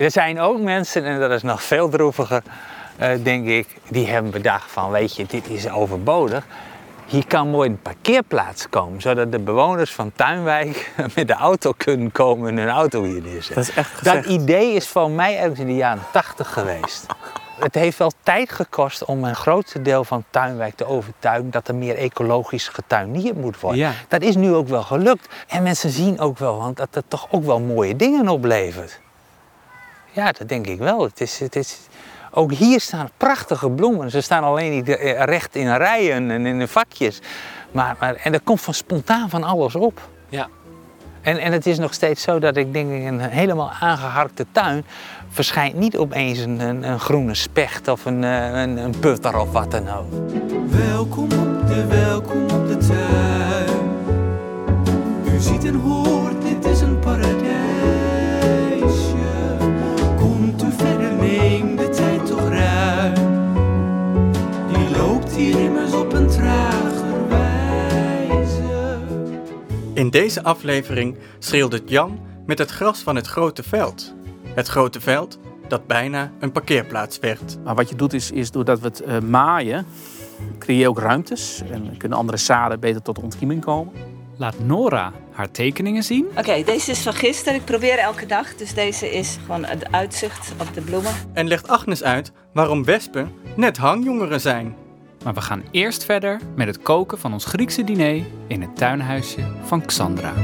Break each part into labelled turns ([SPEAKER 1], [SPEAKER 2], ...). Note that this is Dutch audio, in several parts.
[SPEAKER 1] Er zijn ook mensen, en dat is nog veel droeviger, denk ik, die hebben bedacht van, weet je, dit is overbodig. Hier kan mooi een parkeerplaats komen, zodat de bewoners van Tuinwijk met de auto kunnen komen en hun auto hier neerzetten.
[SPEAKER 2] Dat is echt gezegd.
[SPEAKER 1] Dat idee is van mij ergens in de jaren 80 geweest. Het heeft wel tijd gekost om een grootste deel van Tuinwijk te overtuigen dat er meer ecologisch getuineerd moet worden.
[SPEAKER 2] Ja.
[SPEAKER 1] Dat is nu ook wel gelukt. En mensen zien ook wel, want dat het toch ook wel mooie dingen oplevert. Ja, dat denk ik wel. Ook hier staan prachtige bloemen. Ze staan alleen niet recht in rijen en in vakjes. En er komt spontaan van alles op.
[SPEAKER 2] Ja.
[SPEAKER 1] En het is nog steeds zo dat ik denk, een helemaal aangeharkte tuin verschijnt niet opeens een groene specht of een putter of wat dan ook.
[SPEAKER 3] Welkom op de tuin. U ziet en hoort, dit is een paradijsje. Komt u verder, neem de tijd toch ruim. Die loopt hier immers op een trager wijze.
[SPEAKER 2] In deze aflevering schildert Jan met het gras van het grote veld. Het grote veld dat bijna een parkeerplaats werd.
[SPEAKER 4] Maar wat je doet is doordat we het maaien, creëer je ook ruimtes. En kunnen andere zaden beter tot ontkieming komen.
[SPEAKER 5] Laat Nora haar tekeningen zien.
[SPEAKER 6] Oké, deze is van gisteren. Ik probeer elke dag. Dus deze is gewoon het uitzicht op de bloemen.
[SPEAKER 2] En legt Agnes uit waarom wespen net hangjongeren zijn.
[SPEAKER 5] Maar we gaan eerst verder met het koken van ons Griekse diner in het tuinhuisje van Xandra.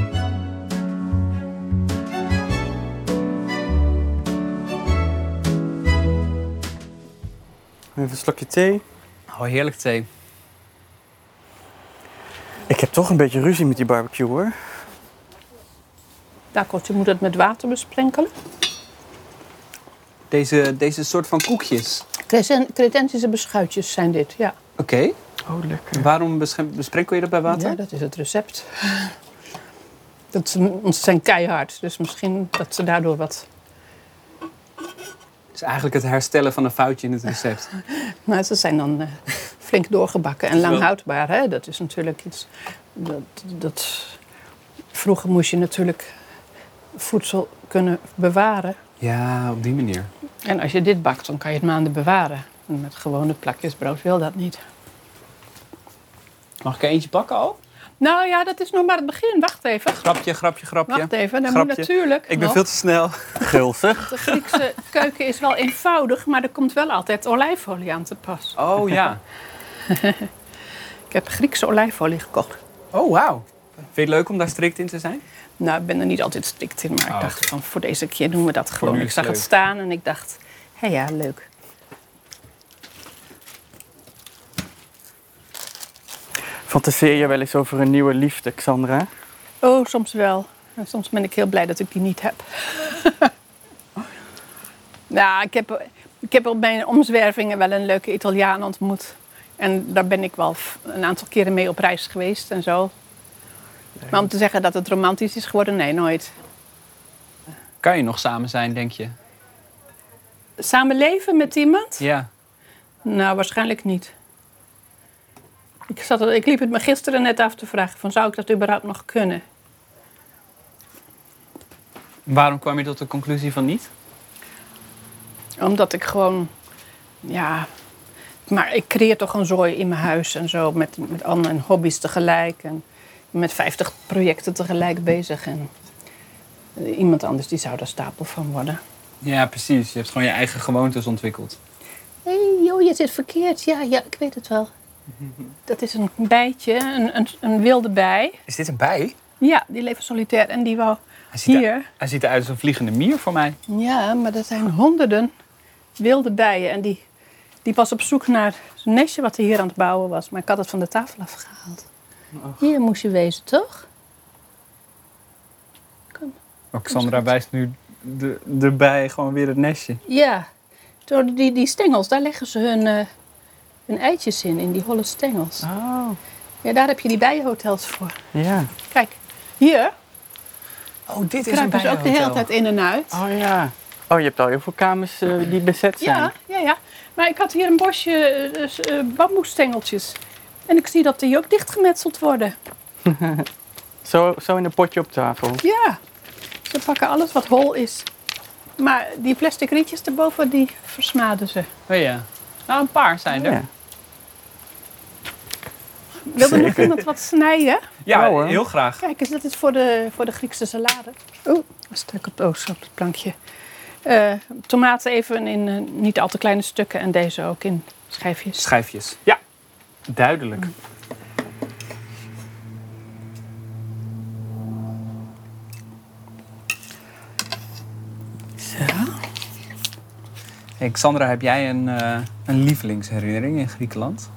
[SPEAKER 2] Even een slokje thee.
[SPEAKER 4] Oh, heerlijk thee.
[SPEAKER 2] Ik heb toch een beetje ruzie met die barbecue hoor.
[SPEAKER 7] Dakot, je moet het met water besprenkelen.
[SPEAKER 4] Deze soort van koekjes.
[SPEAKER 7] Credentische beschuitjes zijn dit, ja.
[SPEAKER 4] Oké.
[SPEAKER 2] Oh, lekker.
[SPEAKER 4] Waarom besprenkel je dat bij water?
[SPEAKER 7] Ja, dat is het recept. Ze zijn keihard, dus misschien dat ze daardoor wat...
[SPEAKER 4] Het is eigenlijk het herstellen van een foutje in het recept.
[SPEAKER 7] Maar ze zijn dan flink doorgebakken en lang
[SPEAKER 4] Wel.
[SPEAKER 7] houdbaar. Hè? Dat is natuurlijk iets... Vroeger moest je natuurlijk voedsel kunnen bewaren.
[SPEAKER 4] Ja, op die manier.
[SPEAKER 7] En als je dit bakt, dan kan je het maanden bewaren. En met gewone plakjes brood wil dat niet.
[SPEAKER 4] Mag ik er eentje pakken al?
[SPEAKER 7] Nou ja, dat is nog maar het begin. Wacht even.
[SPEAKER 4] Grapje.
[SPEAKER 7] Wacht even, dan
[SPEAKER 4] Grapje.
[SPEAKER 7] moet natuurlijk
[SPEAKER 4] Ik ben
[SPEAKER 7] nog-
[SPEAKER 4] veel te snel. Gulzig.
[SPEAKER 7] De Griekse keuken is wel eenvoudig, maar er komt wel altijd olijfolie aan te pas.
[SPEAKER 4] Oh ja.
[SPEAKER 7] Ik heb Griekse olijfolie gekocht.
[SPEAKER 4] Oh wauw. Vind je het leuk om daar strikt in te zijn?
[SPEAKER 7] Nou, ik ben er niet altijd strikt in, maar ik dacht van voor deze keer doen we dat gewoon.
[SPEAKER 4] nu
[SPEAKER 7] Ik
[SPEAKER 4] is
[SPEAKER 7] zag
[SPEAKER 4] het
[SPEAKER 7] het
[SPEAKER 4] leuk.
[SPEAKER 7] staan en ik dacht, hé ja, leuk.
[SPEAKER 2] Fantaseer je wel eens over een nieuwe liefde, Xandra?
[SPEAKER 7] Oh, soms wel. En soms ben ik heel blij dat ik die niet heb. Nou, ik heb op mijn omzwervingen wel een leuke Italiaan ontmoet. En daar ben ik wel een aantal keren mee op reis geweest en zo. Maar om te zeggen dat het romantisch is geworden, nee, nooit.
[SPEAKER 4] Kan je nog samen zijn, denk je?
[SPEAKER 7] Samen leven met iemand?
[SPEAKER 4] Ja.
[SPEAKER 7] Nou, waarschijnlijk niet. Ik liep het me gisteren net af te vragen van zou ik dat überhaupt nog kunnen?
[SPEAKER 4] Waarom kwam je tot de conclusie van niet?
[SPEAKER 7] Omdat ik gewoon, ja... Maar ik creëer toch een zooi in mijn huis en zo. Met al mijn hobby's tegelijk. En met 50 projecten tegelijk bezig. En iemand anders die zou daar stapel van worden.
[SPEAKER 4] Ja, precies. Je hebt gewoon je eigen gewoontes ontwikkeld.
[SPEAKER 7] Hé, joh, je zit verkeerd. Ja, ik weet het wel. Dat is een bijtje, een wilde bij.
[SPEAKER 4] Is dit een bij?
[SPEAKER 7] Ja, die leven solitair en die wou hier.
[SPEAKER 4] Hij ziet eruit als een vliegende mier voor mij.
[SPEAKER 7] Ja, maar er zijn honderden wilde bijen. En die was op zoek naar een nestje wat hij hier aan het bouwen was. Maar ik had het van de tafel afgehaald. Hier moest je wezen, toch? Kom.
[SPEAKER 4] Oh, Xandra wijst nu de bij gewoon weer het nestje.
[SPEAKER 7] Ja, door die stengels, daar leggen ze hun eitjes in die holle stengels.
[SPEAKER 2] Oh.
[SPEAKER 7] Ja, daar heb je die bijenhotels voor.
[SPEAKER 2] Ja.
[SPEAKER 7] Kijk, hier
[SPEAKER 4] Oh, dit is
[SPEAKER 7] kruipen ze ook de hele tijd in en uit.
[SPEAKER 2] Oh ja. Oh, je hebt al heel veel kamers die bezet zijn.
[SPEAKER 7] Ja. Maar ik had hier een bosje bamboestengeltjes. En ik zie dat die ook dichtgemetseld worden.
[SPEAKER 2] Zo in een potje op tafel.
[SPEAKER 7] Ja, ze pakken alles wat hol is. Maar die plastic rietjes erboven, die versmaden ze.
[SPEAKER 5] Oh ja. Nou, een paar zijn er.
[SPEAKER 8] Ja.
[SPEAKER 7] Wil er nog iemand wat snijden?
[SPEAKER 5] Ja,
[SPEAKER 8] hoor.
[SPEAKER 5] heel graag.
[SPEAKER 7] Kijk eens, dat is voor de Griekse salade. Oeh, een stuk op het plankje. Tomaten even in niet al te kleine stukken en deze ook in schijfjes.
[SPEAKER 5] Schijfjes. Ja, duidelijk. Hey, Xandra, heb jij een lievelingsherinnering in Griekenland?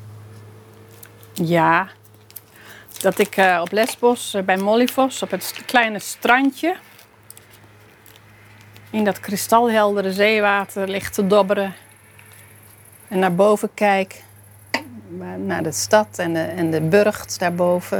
[SPEAKER 7] Ja, dat ik op Lesbos bij Molyvos op het kleine strandje in dat kristalheldere zeewater ligt te dobberen en naar boven kijk, naar de stad en de burcht daarboven.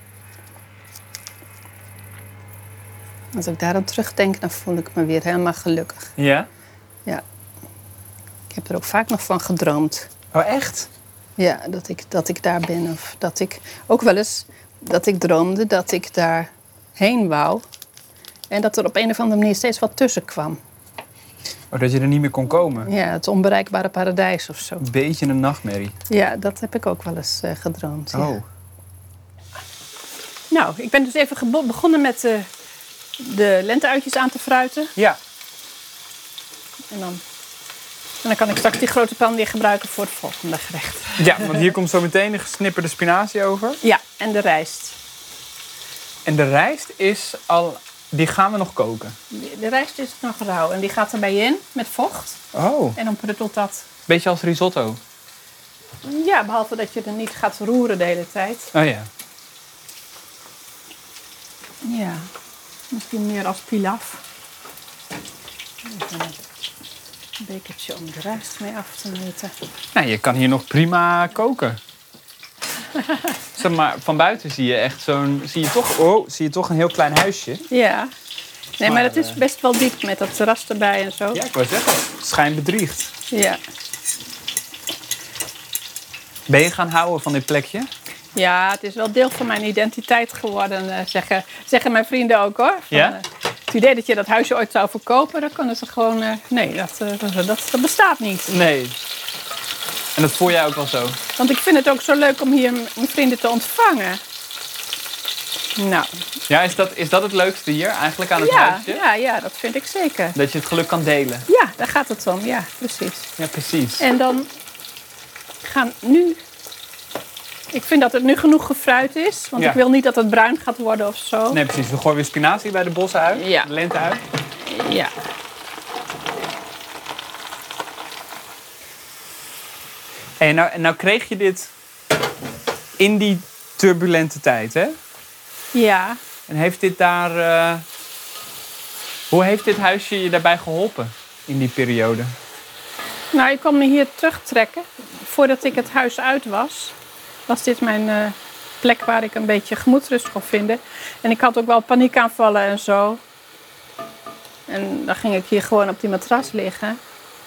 [SPEAKER 7] Als ik daar aan terugdenk, dan voel ik me weer helemaal gelukkig.
[SPEAKER 5] Ja?
[SPEAKER 7] Ja. Ik heb er ook vaak nog van gedroomd.
[SPEAKER 5] Oh, echt?
[SPEAKER 7] Ja, dat ik daar ben. Of dat ik ook wel eens dat ik droomde dat ik daar heen wou. En dat er op een of andere manier steeds wat tussen kwam.
[SPEAKER 5] Oh, dat je er niet meer kon komen?
[SPEAKER 7] Ja, het onbereikbare paradijs of zo.
[SPEAKER 5] Een beetje een nachtmerrie.
[SPEAKER 7] Ja, dat heb ik ook wel eens gedroomd. Ja.
[SPEAKER 5] Oh.
[SPEAKER 7] Nou, ik ben dus even begonnen met de lenteuitjes aan te fruiten.
[SPEAKER 5] Ja.
[SPEAKER 7] En dan kan ik straks die grote pan weer gebruiken voor het volgende gerecht.
[SPEAKER 5] Ja, want hier komt zo meteen de gesnipperde spinazie over.
[SPEAKER 7] Ja, en de rijst.
[SPEAKER 5] En de rijst is al... Die gaan we nog koken.
[SPEAKER 7] De rijst is nog rauw en die gaat erbij in met vocht.
[SPEAKER 5] Oh.
[SPEAKER 7] En dan pruttelt dat.
[SPEAKER 5] Beetje als risotto.
[SPEAKER 7] Ja, behalve dat je er niet gaat roeren de hele tijd.
[SPEAKER 5] Oh ja.
[SPEAKER 7] Ja, misschien meer als pilaf. Even een bekertje om de rijst mee af te meten.
[SPEAKER 5] Nou, je kan hier nog prima koken. Zeg maar, van buiten zie je echt zie je toch een heel klein huisje.
[SPEAKER 7] Ja. Nee, maar
[SPEAKER 5] Maar,
[SPEAKER 7] het is best wel diep met dat terras erbij en zo.
[SPEAKER 5] Ja, ik wou zeggen. Schijn bedriegt.
[SPEAKER 7] Ja.
[SPEAKER 5] Ben je gaan houden van dit plekje?
[SPEAKER 7] Ja, het is wel deel van mijn identiteit geworden, zeggen mijn vrienden ook hoor. Van,
[SPEAKER 5] Ja?
[SPEAKER 7] het idee dat je dat huisje ooit zou verkopen, dan kunnen ze gewoon... nee, dat bestaat niet.
[SPEAKER 5] Nee. En dat voel jij ook wel zo?
[SPEAKER 7] Want ik vind het ook zo leuk om hier mijn vrienden te ontvangen. Nou.
[SPEAKER 5] Ja, is dat het leukste hier eigenlijk aan het huisje?
[SPEAKER 7] Ja, dat vind ik zeker.
[SPEAKER 5] Dat je het geluk kan delen?
[SPEAKER 7] Ja, daar gaat het om. Ja, precies.
[SPEAKER 5] Ja, precies.
[SPEAKER 7] En dan gaan nu... Ik vind dat het nu genoeg gefruit is. Want
[SPEAKER 5] Ja.
[SPEAKER 7] ik wil niet dat het bruin gaat worden of zo.
[SPEAKER 5] Nee, precies. We gooien weer spinazie bij de bossen uit.
[SPEAKER 7] Ja.
[SPEAKER 5] De lente uit.
[SPEAKER 7] Ja.
[SPEAKER 5] Hey, nou kreeg je dit in die turbulente tijd, hè?
[SPEAKER 7] Ja.
[SPEAKER 5] En heeft dit daar... Hoe heeft dit huisje je daarbij geholpen in die periode?
[SPEAKER 7] Nou, ik kon me hier terugtrekken. Voordat ik het huis uit was dit mijn plek waar ik een beetje gemoedsrust kon vinden. En ik had ook wel paniekaanvallen en zo. En dan ging ik hier gewoon op die matras liggen.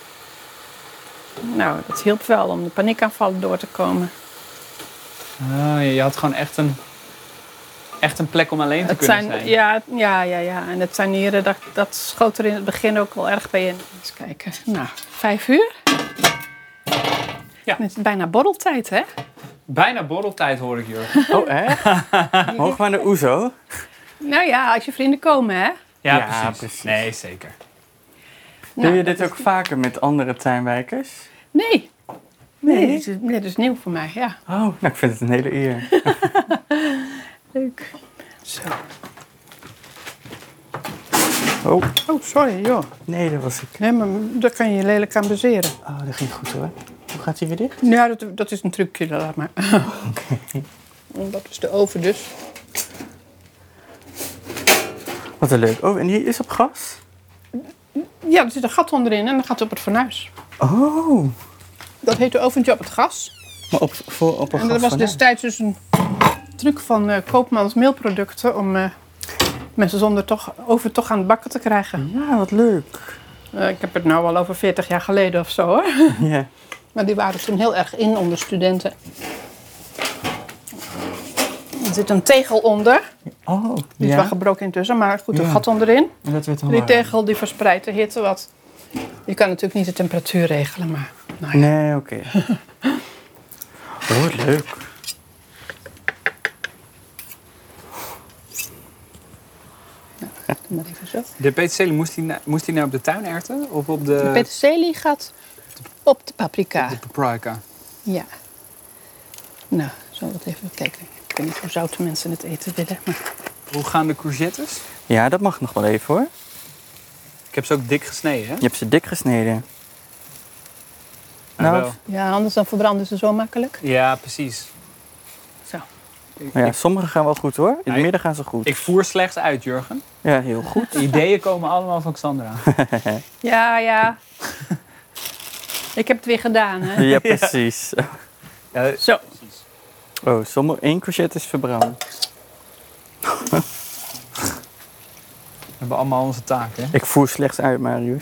[SPEAKER 7] Nou, dat hielp wel om de paniekaanvallen door te komen.
[SPEAKER 5] Oh, je had gewoon echt een plek om alleen te kunnen zijn.
[SPEAKER 7] Ja. En het tuinieren, dat schoot er in het begin ook wel erg bij in. Eens kijken. Nou, 5 uur.
[SPEAKER 5] Ja.
[SPEAKER 7] Het is bijna borreltijd, hè?
[SPEAKER 5] Bijna borreltijd hoor ik, Jurgen.
[SPEAKER 8] Oh, echt? Mogen we naar de oezo?
[SPEAKER 7] Nou ja, als je vrienden komen, hè?
[SPEAKER 5] Ja,
[SPEAKER 8] Ja,
[SPEAKER 5] precies. Nee, zeker.
[SPEAKER 8] Doe je
[SPEAKER 7] dat
[SPEAKER 8] dit ook vaker met andere tuinwijkers?
[SPEAKER 7] Nee. Nee, dit is nieuw voor mij, ja.
[SPEAKER 8] Oh, nou, ik vind het een hele eer.
[SPEAKER 7] Leuk. Zo.
[SPEAKER 8] Oh,
[SPEAKER 7] Oh, sorry, joh.
[SPEAKER 8] nee, dat was ik.
[SPEAKER 7] Nee, maar daar kan je lelijk aan bezeren.
[SPEAKER 8] Oh, dat ging goed hoor. Hoe gaat hij weer dicht?
[SPEAKER 7] Ja, dat is een trucje, laat maar. Dat is de oven dus.
[SPEAKER 8] Wat een leuk. Oh, en die is op gas?
[SPEAKER 7] Ja, er zit een gat onderin en dan gaat het op het fornuis.
[SPEAKER 8] Oh,
[SPEAKER 7] Dat heet de oventje op het gas.
[SPEAKER 8] maar op een
[SPEAKER 7] En dat was destijds dus een truc van Koopmans meelproducten om mensen zonder oven toch aan het bakken te krijgen.
[SPEAKER 8] Ja, wat leuk.
[SPEAKER 7] Ik heb het nou al over 40 jaar geleden of zo hoor.
[SPEAKER 8] Ja.
[SPEAKER 7] Maar die waren toen heel erg in onder studenten. Er zit een tegel onder.
[SPEAKER 8] Oh,
[SPEAKER 7] Die is wel gebroken intussen, maar goed, een gat onderin.
[SPEAKER 8] En dat werd dan
[SPEAKER 7] Die
[SPEAKER 8] warm.
[SPEAKER 7] tegel die verspreidt de hitte wat. Je kan natuurlijk niet de temperatuur regelen, maar... Nou ja.
[SPEAKER 8] Nee, oké. Oh, leuk.
[SPEAKER 7] Doe maar even zo.
[SPEAKER 5] De peterselie, moest die nou op de tuinerwten of op de,
[SPEAKER 7] De peterselie gaat op de paprika.
[SPEAKER 5] de paprika?
[SPEAKER 7] Ja. Nou, zullen we het even kijken. Ik weet niet hoe zout mensen het eten willen. Maar...
[SPEAKER 5] Hoe gaan de courgettes?
[SPEAKER 8] Ja, dat mag nog wel even hoor.
[SPEAKER 5] Ik heb ze ook dik gesneden, hè?
[SPEAKER 8] Je hebt ze dik gesneden.
[SPEAKER 5] Nou,
[SPEAKER 8] Nou,
[SPEAKER 5] wel.
[SPEAKER 7] Ja, anders dan verbranden ze zo makkelijk.
[SPEAKER 5] Ja, precies.
[SPEAKER 7] Zo.
[SPEAKER 8] Maar ja, sommige gaan wel goed hoor. In
[SPEAKER 5] Ja,
[SPEAKER 8] het midden gaan ze goed.
[SPEAKER 5] Ik voer slechts uit, Jurgen.
[SPEAKER 8] Ja, heel goed.
[SPEAKER 5] De ideeën komen allemaal van Xandra.
[SPEAKER 7] Ja. Ik heb het weer gedaan, hè?
[SPEAKER 8] Ja, precies.
[SPEAKER 5] Ja,
[SPEAKER 7] Zo.
[SPEAKER 8] Oh, één courgette is verbrand.
[SPEAKER 5] we hebben allemaal onze taken, hè?
[SPEAKER 8] Ik voer slechts uit, Marius.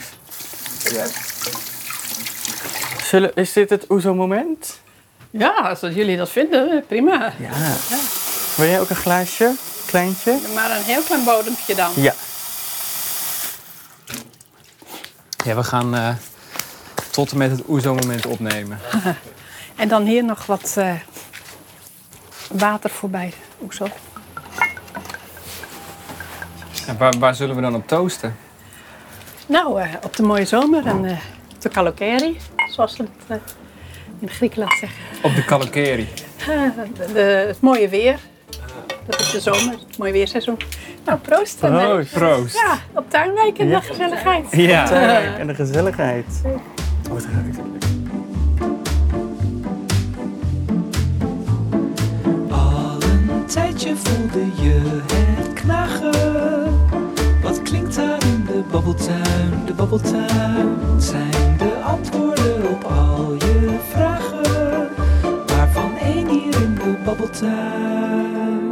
[SPEAKER 8] Is dit het Oezo-moment?
[SPEAKER 7] Ja, als jullie dat vinden, prima.
[SPEAKER 8] Ja. Wil jij ook een glaasje? Kleintje?
[SPEAKER 7] Maar een heel klein bodempje dan.
[SPEAKER 8] Ja.
[SPEAKER 5] Ja, we gaan tot en met het Oezo-moment opnemen.
[SPEAKER 7] En dan hier nog wat water voorbij. Oezo.
[SPEAKER 5] En waar zullen we dan op toasten?
[SPEAKER 7] Nou, op de mooie zomer en op de kalokeri, zoals ze het in Griekenland zeggen.
[SPEAKER 5] Op de kalokeri.
[SPEAKER 7] Het mooie weer. Dat is de zomer, het mooie weerseizoen. Nou, proost. En,
[SPEAKER 5] Proost.
[SPEAKER 7] ja, op Tuinwijk en de gezelligheid.
[SPEAKER 5] Ja.
[SPEAKER 8] En de gezelligheid. Oh, het ruikt.
[SPEAKER 3] Al een tijdje voelde je het knagen. Wat klinkt daar in de babbeltuin? De babbeltuin zijn de antwoorden op al je vragen. Waarvan één hier in de babbeltuin.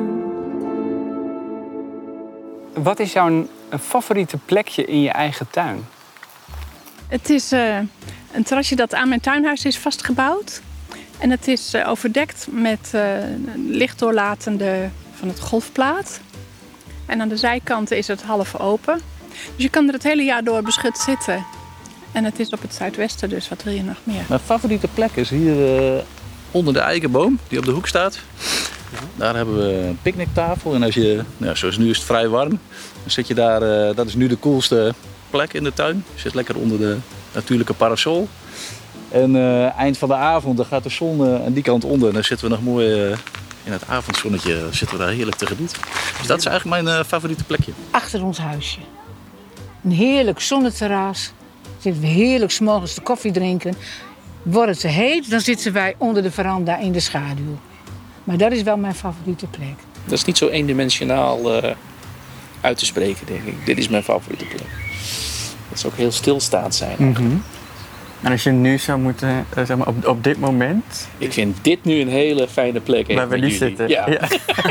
[SPEAKER 5] Wat is jouw favoriete plekje in je eigen tuin?
[SPEAKER 7] Het is een terrasje dat aan mijn tuinhuis is vastgebouwd. En het is overdekt met lichtdoorlatende van het golfplaat. En aan de zijkanten is het half open. Dus je kan er het hele jaar door beschut zitten. En het is op het zuidwesten, dus wat wil je nog meer?
[SPEAKER 9] Mijn favoriete plek is hier onder de eikenboom die op de hoek staat. Daar hebben we een picknicktafel. En als je, zoals nu is het vrij warm, dan zit je daar. Dat is nu de coolste plek in de tuin. Je zit lekker onder de natuurlijke parasol. En eind van de avond dan gaat de zon aan die kant onder. En dan zitten we nog mooi in het avondzonnetje. Zitten we daar heerlijk te genieten. Dus dat is eigenlijk mijn favoriete plekje.
[SPEAKER 10] Achter ons huisje. Een heerlijk zonneterras. Zitten we heerlijk 's morgens de koffie drinken. Wordt het te heet, dan zitten wij onder de veranda in de schaduw. Maar dat is wel mijn favoriete plek.
[SPEAKER 11] Dat is niet zo eendimensionaal uit te spreken, denk ik. Dit is mijn favoriete plek. Dat is ook heel stilstaand zijn.
[SPEAKER 8] En als je nu zou moeten, zeg maar op dit moment...
[SPEAKER 11] Ik vind dit nu een hele fijne plek.
[SPEAKER 8] Waar we nu zitten.
[SPEAKER 11] Ja.
[SPEAKER 8] Ja.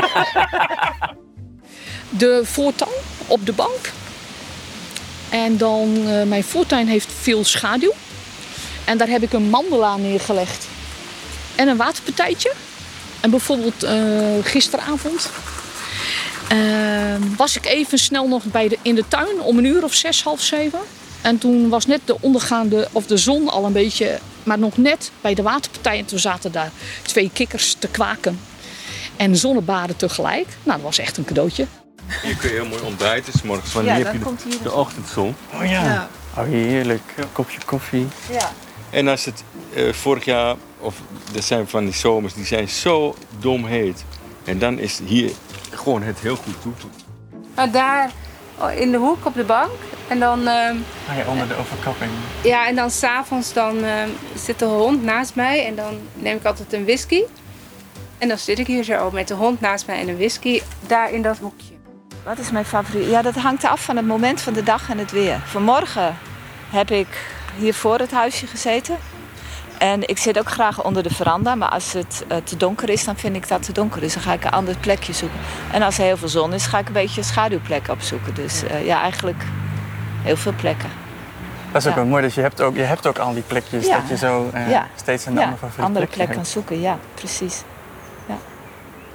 [SPEAKER 12] De voortuin op de bank. En dan, mijn voortuin heeft veel schaduw. En daar heb ik een mandala neergelegd. En een waterpartijtje. En bijvoorbeeld gisteravond was ik even snel nog in de tuin om 6:00, 6:30. En toen was net de ondergaande, of de zon al een beetje, maar nog net bij de waterpartij. En toen zaten daar 2 kikkers te kwaken. En zonnebaden tegelijk. Nou, dat was echt een cadeautje.
[SPEAKER 13] Hier kun je heel mooi ontbijten 's morgens, want
[SPEAKER 12] Ja,
[SPEAKER 13] hier
[SPEAKER 12] dan
[SPEAKER 13] heb je
[SPEAKER 12] komt hier
[SPEAKER 13] de ochtendzon.
[SPEAKER 8] Oh ja. Oh, heerlijk. Een kopje koffie.
[SPEAKER 12] Ja.
[SPEAKER 13] En als het vorig jaar, of er zijn van die zomers, die zijn zo dom heet. En dan is hier gewoon het heel goed toe.
[SPEAKER 14] Maar daar in de hoek op de bank. En dan,
[SPEAKER 8] onder de overkapping.
[SPEAKER 14] ja, en dan s'avonds zit de hond naast mij. En dan neem ik altijd een whisky. En dan zit ik hier zo met de hond naast mij en een whisky daar in dat hoekje.
[SPEAKER 6] Wat is mijn favoriet? Ja, dat hangt af van het moment van de dag en het weer. Vanmorgen heb ik hier voor het huisje gezeten. En ik zit ook graag onder de veranda. Maar als het te donker is, dan vind ik dat te donker. Dus dan ga ik een ander plekje zoeken. En als er heel veel zon is, ga ik een beetje een schaduwplek opzoeken. Dus ja, eigenlijk heel veel plekken.
[SPEAKER 8] Dat is ook wel mooi. Dus je hebt ook al die plekjes dat je zo steeds een andere favoriete
[SPEAKER 6] andere
[SPEAKER 8] plekje
[SPEAKER 6] plek
[SPEAKER 8] hebt.
[SPEAKER 6] kan zoeken. Ja, precies. Ja.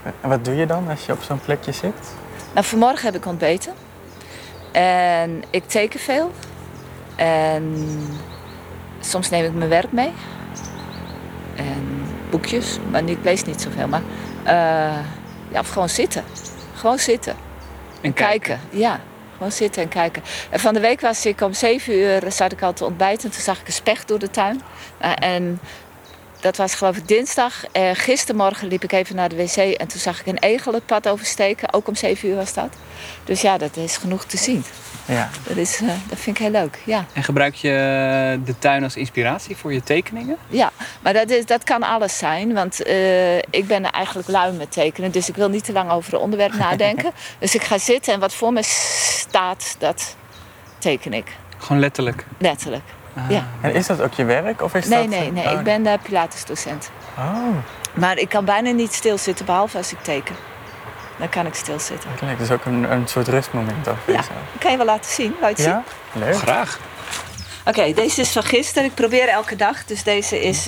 [SPEAKER 8] En wat doe je dan als je op zo'n plekje zit?
[SPEAKER 6] Nou, vanmorgen heb ik ontbeten. En ik teken veel. En soms neem ik mijn werk mee. En boekjes, maar ik lees niet zoveel. Maar of gewoon zitten. Gewoon zitten.
[SPEAKER 5] En kijken.
[SPEAKER 6] Ja, gewoon zitten en kijken. En van de week was ik om 7 uur, zat ik al te ontbijten. Toen zag ik een specht door de tuin. En dat was geloof ik dinsdag. Gistermorgen liep ik even naar de wc en toen zag ik een egel het pad oversteken. Ook om 7 uur was dat. Dus ja, dat is genoeg te zien.
[SPEAKER 8] Ja.
[SPEAKER 6] Dat vind ik heel leuk, ja.
[SPEAKER 5] En gebruik je de tuin als inspiratie voor je tekeningen?
[SPEAKER 6] Ja, maar dat kan alles zijn. Want ik ben eigenlijk lui met tekenen. Dus ik wil niet te lang over het onderwerp nadenken. Dus ik ga zitten en wat voor me staat, dat teken ik.
[SPEAKER 5] Gewoon letterlijk?
[SPEAKER 6] Letterlijk, ja.
[SPEAKER 8] En is dat ook je werk? Of is
[SPEAKER 6] Nee,
[SPEAKER 8] dat...
[SPEAKER 6] ik ben Pilatesdocent.
[SPEAKER 8] Oh.
[SPEAKER 6] Maar ik kan bijna niet stilzitten, behalve als ik teken. Dan kan ik stilzitten.
[SPEAKER 8] Het lijkt dus ook een soort rustmoment.
[SPEAKER 6] Ja, dat kan je wel laten zien. Wil je het zien?
[SPEAKER 8] Leuk.
[SPEAKER 5] Graag.
[SPEAKER 6] Oké, deze is van gisteren. Ik probeer elke dag. Dus deze is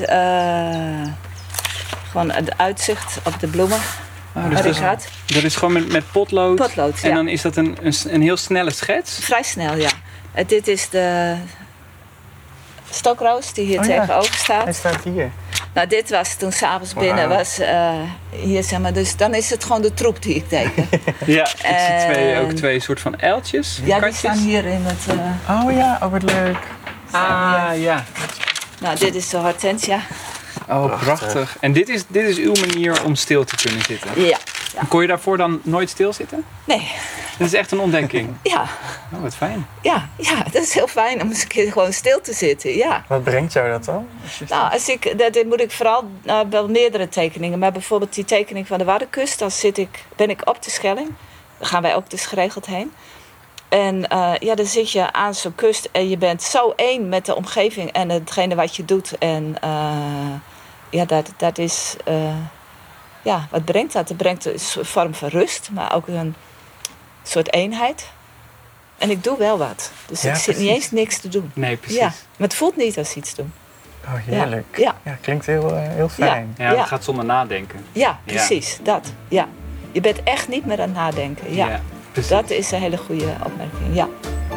[SPEAKER 6] gewoon het uitzicht op de bloemen.
[SPEAKER 5] Dat is gewoon met potlood?
[SPEAKER 6] Potlood, ja.
[SPEAKER 5] En dan is dat een heel snelle schets?
[SPEAKER 6] Vrij snel, ja. Dit is de stokroos die hier tegenover staat.
[SPEAKER 8] Hij staat hier.
[SPEAKER 6] Nou, dit was toen s'avonds binnen was hier, zeg maar. Dus dan is het gewoon de troep die ik teken.
[SPEAKER 5] Ja, ik zie ook twee soort van uiltjes.
[SPEAKER 6] Ja, die staan hier in het...
[SPEAKER 8] Oh ja, wat leuk.
[SPEAKER 5] Ja.
[SPEAKER 6] Nou, dit is de hortensia.
[SPEAKER 5] Oh, prachtig. En dit is uw manier om stil te kunnen zitten?
[SPEAKER 6] Ja.
[SPEAKER 5] Kon je daarvoor dan nooit stilzitten?
[SPEAKER 6] Nee.
[SPEAKER 5] Dat is echt een ontdekking?
[SPEAKER 6] Ja.
[SPEAKER 5] Oh, wat fijn.
[SPEAKER 6] Ja, dat is heel fijn om eens een keer gewoon stil te zitten, ja.
[SPEAKER 8] Wat brengt jou dat dan?
[SPEAKER 6] Nou, dat moet ik vooral wel meerdere tekeningen. Maar bijvoorbeeld die tekening van de Waddenkust, dan ben ik op de Schelling. Daar gaan wij ook dus geregeld heen. En dan zit je aan zo'n kust en je bent zo één met de omgeving en hetgene wat je doet. En dat is... wat brengt dat? Het brengt een vorm van rust, maar ook een soort eenheid. En ik doe wel wat. Dus ik zit niet eens niks te doen.
[SPEAKER 5] Nee, precies.
[SPEAKER 6] Ja, maar het voelt niet als iets doen.
[SPEAKER 8] Oh, heerlijk.
[SPEAKER 6] Ja.
[SPEAKER 8] Klinkt heel fijn.
[SPEAKER 5] Ja, het gaat zonder nadenken.
[SPEAKER 6] Ja, precies. Ja. Dat. Ja. Je bent echt niet meer aan het nadenken. Ja. Dat is een hele goede opmerking. Ja.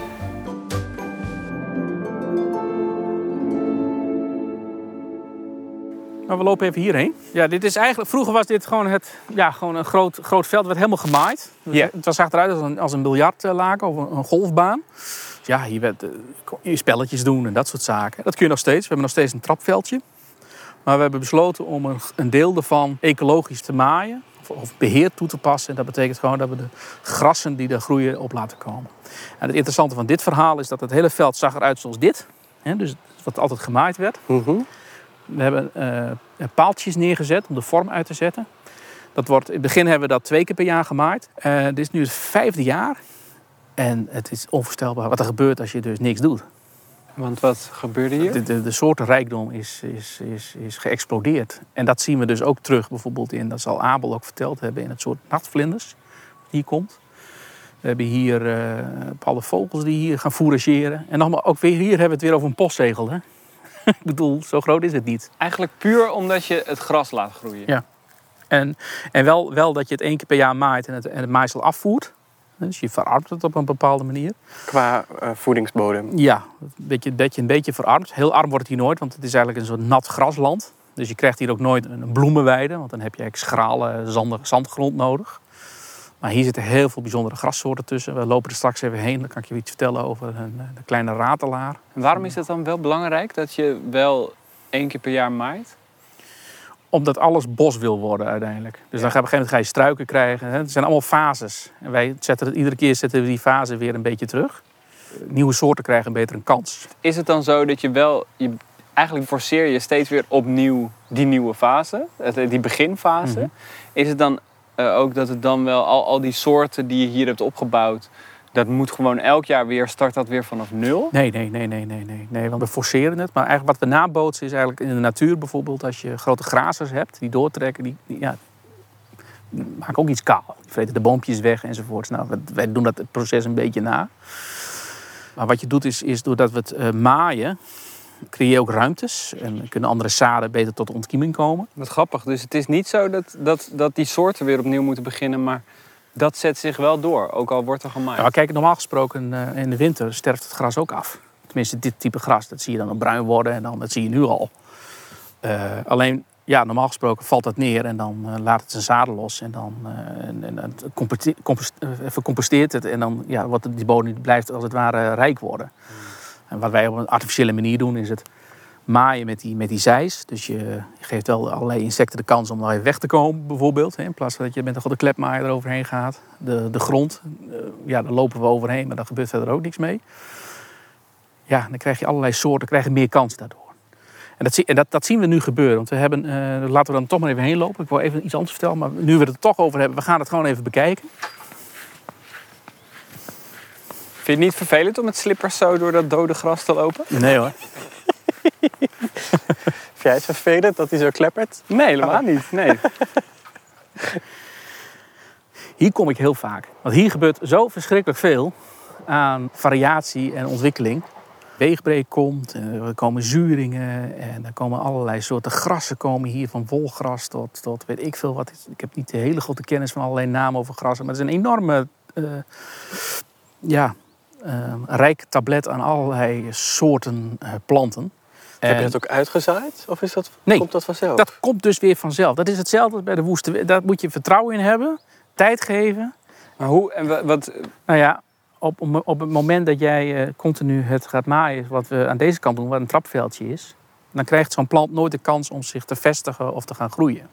[SPEAKER 4] Nou, we lopen even hierheen. Ja, dit is eigenlijk, vroeger was dit gewoon, gewoon een groot veld. Het werd helemaal gemaaid. Ja. Het zag eruit als een biljartlaken of een golfbaan. Dus ja, hier werd je spelletjes doen en dat soort zaken. Dat kun je nog steeds. We hebben nog steeds een trapveldje. Maar we hebben besloten om een deel ervan ecologisch te maaien. Of beheer toe te passen. En dat betekent gewoon dat we de grassen die er groeien op laten komen. En het interessante van dit verhaal is dat het hele veld zag eruit zoals dit. Dus wat altijd gemaaid werd. Mm-hmm. We hebben paaltjes neergezet om de vorm uit te zetten. In het begin hebben we dat 2 keer per jaar gemaaid. Dit is nu het 5e jaar. En het is onvoorstelbaar wat er gebeurt als je dus niks doet.
[SPEAKER 5] Want wat gebeurde hier?
[SPEAKER 4] De soortenrijkdom is geëxplodeerd. En dat zien we dus ook terug bijvoorbeeld in, dat zal Abel ook verteld hebben, in het soort nachtvlinders die hier komt. We hebben hier bepaalde vogels die hier gaan fourageren. En nogmaals, ook weer hier hebben we het weer over een postzegel. Hè? Ik bedoel, zo groot is het niet.
[SPEAKER 5] Eigenlijk puur omdat je het gras laat groeien.
[SPEAKER 4] Ja. En wel dat je het 1 keer per jaar maait en het maaisel afvoert. Dus je verarmt het op een bepaalde manier.
[SPEAKER 8] Qua voedingsbodem? Ja,
[SPEAKER 4] een beetje verarmd. Heel arm wordt het hier nooit, want het is eigenlijk een soort nat grasland. Dus je krijgt hier ook nooit een bloemenweide, want dan heb je eigenlijk schrale, zandgrond nodig. Maar hier zitten heel veel bijzondere grassoorten tussen. We lopen er straks even heen, dan kan ik je iets vertellen over de kleine ratelaar.
[SPEAKER 5] En waarom is het dan wel belangrijk dat je wel 1 keer per jaar maait?
[SPEAKER 4] Omdat alles bos wil worden uiteindelijk. Dus dan op een gegeven moment ga je struiken krijgen. Het zijn allemaal fases. En wij iedere keer zetten we die fase weer een beetje terug. Nieuwe soorten krijgen beter een kans.
[SPEAKER 5] Is het dan zo dat eigenlijk forceer je steeds weer opnieuw die nieuwe fase, die beginfase? Mm-hmm. Is het dan ook dat het dan wel al die soorten die je hier hebt opgebouwd, dat moet gewoon elk jaar weer, start dat weer vanaf 0?
[SPEAKER 4] Nee, want we forceren het. Maar eigenlijk wat we nabootsen is eigenlijk in de natuur bijvoorbeeld, als je grote grazers hebt die doortrekken, die maken ook iets kaal. Die vreten de boompjes weg enzovoort. Nou, wij doen dat het proces een beetje na. Maar wat je doet is doordat we het maaien, creëer je ook ruimtes. En kunnen andere zaden beter tot ontkieming komen.
[SPEAKER 5] Wat grappig. Dus het is niet zo dat die soorten weer opnieuw moeten beginnen. Maar dat zet zich wel door. Ook al wordt er gemaaid.
[SPEAKER 4] Nou, kijk, normaal gesproken in de winter sterft het gras ook af. Tenminste, dit type gras. Dat zie je dan ook bruin worden. En dan, dat zie je nu al. Alleen, ja, normaal gesproken valt dat neer. En dan laat het zijn zaden los. En dan composteert het. En dan wordt die bodem blijft als het ware rijk worden. En wat wij op een artificiële manier doen is het maaien met die zeis. Dus je geeft wel allerlei insecten de kans om nog even weg te komen bijvoorbeeld. In plaats van dat je met een grote klepmaaier eroverheen gaat. De grond, daar lopen we overheen, maar daar gebeurt verder ook niks mee. Ja, dan krijg je allerlei soorten, krijg je meer kans daardoor. En dat zien we nu gebeuren. Want we hebben, laten we dan toch maar even heen lopen. Ik wil even iets anders vertellen, maar nu we het er toch over hebben, we gaan het gewoon even bekijken.
[SPEAKER 5] Vind je het niet vervelend om met slippers zo door dat dode gras te lopen?
[SPEAKER 4] Nee hoor.
[SPEAKER 2] Vind jij het vervelend dat hij zo kleppert?
[SPEAKER 5] Nee, helemaal niet. Nee.
[SPEAKER 4] Hier kom ik heel vaak. Want hier gebeurt zo verschrikkelijk veel aan variatie en ontwikkeling. Weegbreek komt, er komen zuringen en er komen allerlei soorten grassen komen hier. Van wolgras tot weet ik veel wat. Ik heb niet de hele grote kennis van allerlei namen over grassen. Maar het is een enorme rijk tablet aan allerlei soorten planten.
[SPEAKER 2] Heb je dat ook uitgezaaid? Of komt dat vanzelf?
[SPEAKER 4] Dat komt dus weer vanzelf. Dat is hetzelfde als bij de woeste. Daar moet je vertrouwen in hebben. Tijd geven.
[SPEAKER 5] Maar hoe en wat?
[SPEAKER 4] Nou ja, op het moment dat jij continu het gaat maaien, wat we aan deze kant doen, waar een trapveldje is, dan krijgt zo'n plant nooit de kans om zich te vestigen of te gaan groeien.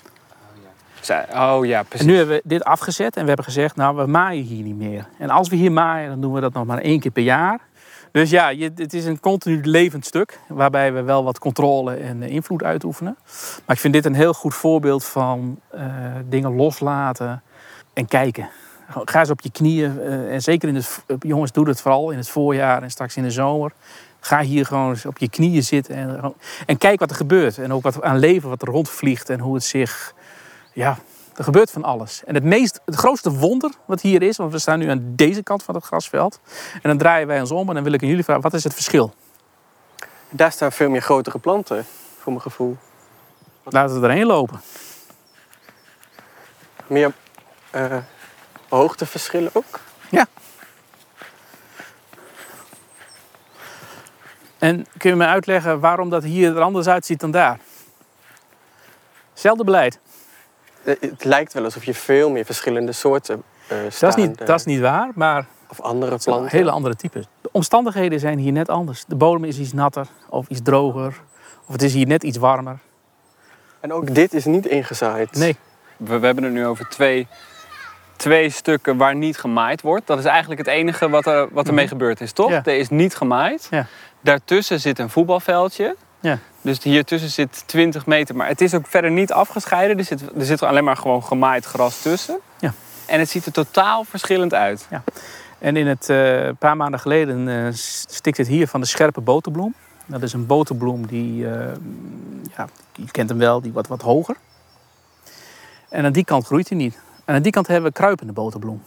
[SPEAKER 5] Oh ja, precies.
[SPEAKER 4] En nu hebben we dit afgezet en we hebben gezegd, nou, we maaien hier niet meer. En als we hier maaien, dan doen we dat nog maar 1 keer per jaar. Dus ja, het is een continu levend stuk, waarbij we wel wat controle en invloed uitoefenen. Maar ik vind dit een heel goed voorbeeld van dingen loslaten en kijken. Ga eens op je knieën, en zeker jongens, doe het vooral in het voorjaar en straks in de zomer. Ga hier gewoon eens op je knieën zitten en kijk wat er gebeurt. En ook wat aan leven wat er rondvliegt en hoe het zich... Ja, er gebeurt van alles. En het grootste wonder wat hier is, want we staan nu aan deze kant van het grasveld. En dan draaien wij ons om en dan wil ik aan jullie vragen, wat is het verschil?
[SPEAKER 2] Daar staan veel meer grotere planten, voor mijn gevoel.
[SPEAKER 4] Laten we erheen lopen.
[SPEAKER 2] Meer hoogteverschillen ook?
[SPEAKER 4] Ja. En kun je me uitleggen waarom dat hier er anders uitziet dan daar? Hetzelfde beleid.
[SPEAKER 2] Het lijkt wel alsof je veel meer verschillende soorten staan.
[SPEAKER 4] Dat is niet waar, maar...
[SPEAKER 2] Of andere planten.
[SPEAKER 4] Hele andere types. De omstandigheden zijn hier net anders. De bodem is iets natter of iets droger. Of het is hier net iets warmer.
[SPEAKER 2] En ook dit is niet ingezaaid.
[SPEAKER 4] Nee.
[SPEAKER 5] We hebben het nu over twee stukken waar niet gemaaid wordt. Dat is eigenlijk het enige wat ermee gebeurd is, toch?
[SPEAKER 4] Ja.
[SPEAKER 5] Er is niet gemaaid.
[SPEAKER 4] Ja.
[SPEAKER 5] Daartussen zit een voetbalveldje.
[SPEAKER 4] Ja.
[SPEAKER 5] Dus hier tussen zit 20 meter. Maar het is ook verder niet afgescheiden. Er zit alleen maar gewoon gemaaid gras tussen.
[SPEAKER 4] Ja.
[SPEAKER 5] En het ziet er totaal verschillend uit.
[SPEAKER 4] Ja. En in het paar maanden geleden stikt het hier van de scherpe boterbloem. Dat is een boterbloem die, je kent hem wel, die wordt wat hoger. En aan die kant groeit hij niet. En aan die kant hebben we kruipende boterbloem.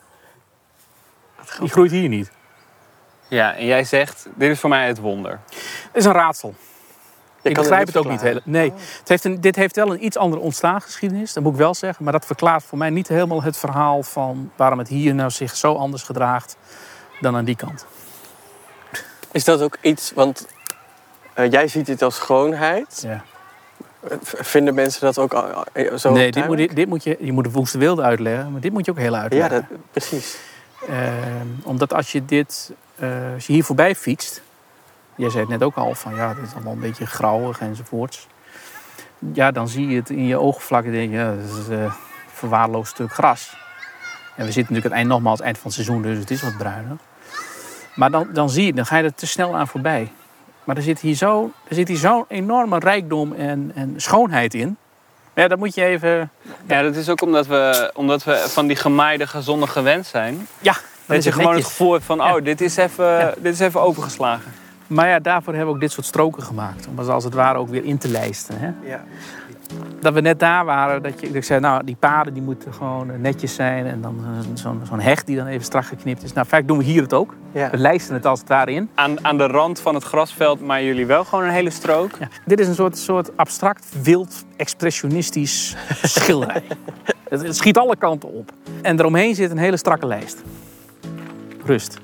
[SPEAKER 4] Die groeit hier niet.
[SPEAKER 5] Ja, en jij zegt, dit is voor mij het wonder.
[SPEAKER 4] Het is een raadsel. Ik begrijp het ook niet helemaal. Nee, dit heeft wel een iets andere ontstaansgeschiedenis, dat moet ik wel zeggen. Maar dat verklaart voor mij niet helemaal het verhaal van waarom het hier nou zich zo anders gedraagt dan aan die kant.
[SPEAKER 2] Is dat ook iets, want jij ziet dit als schoonheid.
[SPEAKER 4] Ja.
[SPEAKER 2] Vinden mensen dat ook zo?
[SPEAKER 4] Nee, je moet de woeste wilde uitleggen, maar dit moet je ook heel uitleggen.
[SPEAKER 2] Ja, precies.
[SPEAKER 4] Omdat als je hier voorbij fietst, jij zei het net ook al van ja, dit is allemaal een beetje grauwig enzovoorts. Ja, dan zie je het in je oogvlak en denk je, ja, dat is een verwaarloosd stuk gras. En we zitten natuurlijk nogmaals eind van het seizoen, dus het is wat bruiner. Maar dan ga je er te snel aan voorbij. Maar er zit hier zo'n enorme rijkdom en schoonheid in. Ja, dat moet je even...
[SPEAKER 5] Ja, dat is ook omdat we van die gemaaide gezonde gewend zijn.
[SPEAKER 4] Ja,
[SPEAKER 5] dat je gewoon het gevoel hebt van, dit is even overgeslagen.
[SPEAKER 4] Maar ja, daarvoor hebben we ook dit soort stroken gemaakt. Om als het ware ook weer in te lijsten. Hè?
[SPEAKER 2] Ja.
[SPEAKER 4] dat we net daar waren, dat ik zei, nou, die paden die moeten gewoon netjes zijn. En dan zo'n heg die dan even strak geknipt is. Nou, vaak doen we hier het ook. Ja. We lijsten het als het ware in.
[SPEAKER 5] Aan de rand van het grasveld, maar jullie wel gewoon een hele strook?
[SPEAKER 4] Ja. Dit is een soort abstract, wild, expressionistisch schilderij. Het schiet alle kanten op. En eromheen zit een hele strakke lijst. Rust.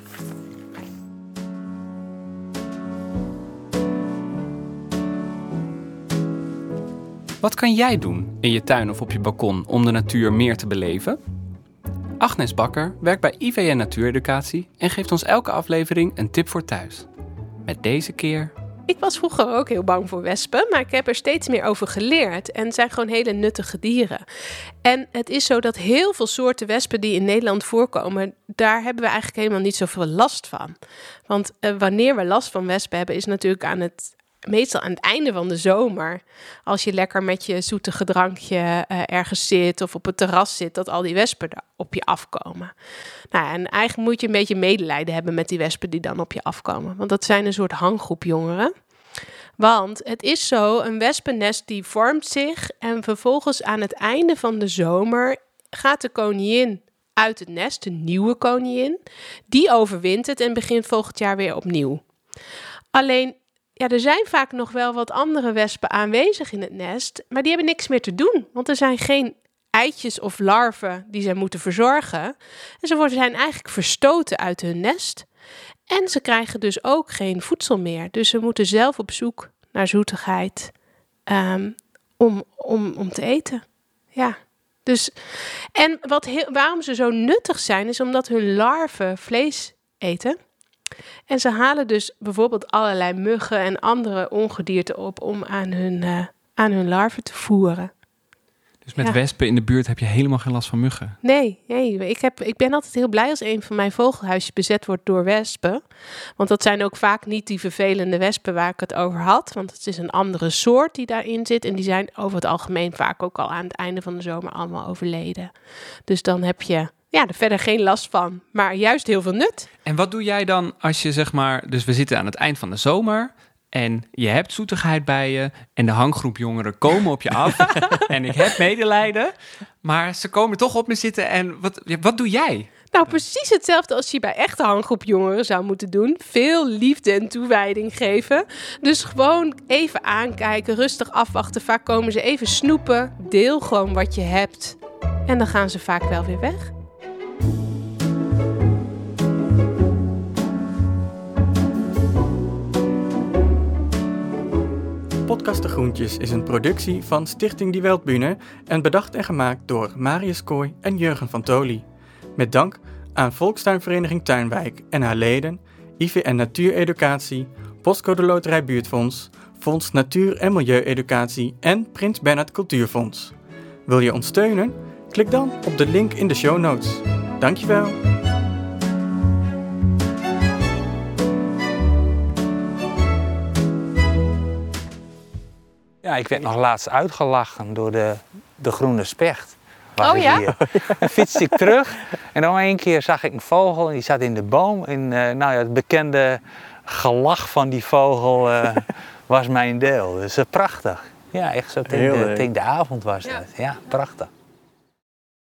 [SPEAKER 15] Wat kan jij doen in je tuin of op je balkon om de natuur meer te beleven? Agnes Bakker werkt bij IVN Natuureducatie en geeft ons elke aflevering een tip voor thuis. Met deze keer...
[SPEAKER 16] Ik was vroeger ook heel bang voor wespen, maar ik heb er steeds meer over geleerd. En het zijn gewoon hele nuttige dieren. En het is zo dat heel veel soorten wespen die in Nederland voorkomen, daar hebben we eigenlijk helemaal niet zoveel last van. Want wanneer we last van wespen hebben, is natuurlijk meestal aan het einde van de zomer. Als je lekker met je zoetige drankje ergens zit of op het terras zit, dat al die wespen er op je afkomen. Nou, en eigenlijk moet je een beetje medelijden hebben met die wespen die dan op je afkomen. Want dat zijn een soort hanggroep jongeren. Want het is zo, een wespennest die vormt zich en vervolgens aan het einde van de zomer gaat de koningin uit het nest, de nieuwe koningin. Die overwintert en begint volgend jaar weer opnieuw. Alleen, ja, er zijn vaak nog wel wat andere wespen aanwezig in het nest, maar die hebben niks meer te doen. Want er zijn geen eitjes of larven die zij moeten verzorgen. En ze zijn eigenlijk verstoten uit hun nest. En ze krijgen dus ook geen voedsel meer. Dus ze moeten zelf op zoek naar zoetigheid om te eten. Ja. Dus, en waarom ze zo nuttig zijn, is omdat hun larven vlees eten. En ze halen dus bijvoorbeeld allerlei muggen en andere ongedierte op om aan hun larven te voeren.
[SPEAKER 15] Dus met wespen in de buurt heb je helemaal geen last van muggen?
[SPEAKER 16] Nee. Ik ben altijd heel blij als een van mijn vogelhuisjes bezet wordt door wespen. Want dat zijn ook vaak niet die vervelende wespen waar ik het over had. Want het is een andere soort die daarin zit. En die zijn over het algemeen vaak ook al aan het einde van de zomer allemaal overleden. Dus dan heb je er verder geen last van, maar juist heel veel nut.
[SPEAKER 15] En wat doe jij dan als je dus we zitten aan het eind van de zomer en je hebt zoetigheid bij je en de hanggroep jongeren komen op je af en ik heb medelijden, maar ze komen toch op me zitten en wat doe jij?
[SPEAKER 16] Nou, precies hetzelfde als je bij echte hanggroep jongeren zou moeten doen. Veel liefde en toewijding geven. Dus gewoon even aankijken, rustig afwachten. Vaak komen ze even snoepen. Deel gewoon wat je hebt. En dan gaan ze vaak wel weer weg.
[SPEAKER 2] Podcast De Groentjes is een productie van Stichting Die Weltbühne en bedacht en gemaakt door Marius Kooi en Jurgen van Toli. Met dank aan Volkstuinvereniging Tuinwijk en haar leden, IVN Natuureducatie, Postcode Loterij Buurtfonds, Fonds Natuur- en Milieueducatie en Prins Bernhard Cultuurfonds. Wil je ons steunen? Klik dan op de link in de show notes. Dankjewel.
[SPEAKER 1] Ja, ik werd nog laatst uitgelachen door de groene specht.
[SPEAKER 16] Oh ja?
[SPEAKER 1] Dan fietste ik terug en dan een keer zag ik een vogel en die zat in de boom. En het bekende gelach van die vogel was mijn deel. Dus prachtig. Ja, echt zo tegen de avond was dat. Ja, prachtig.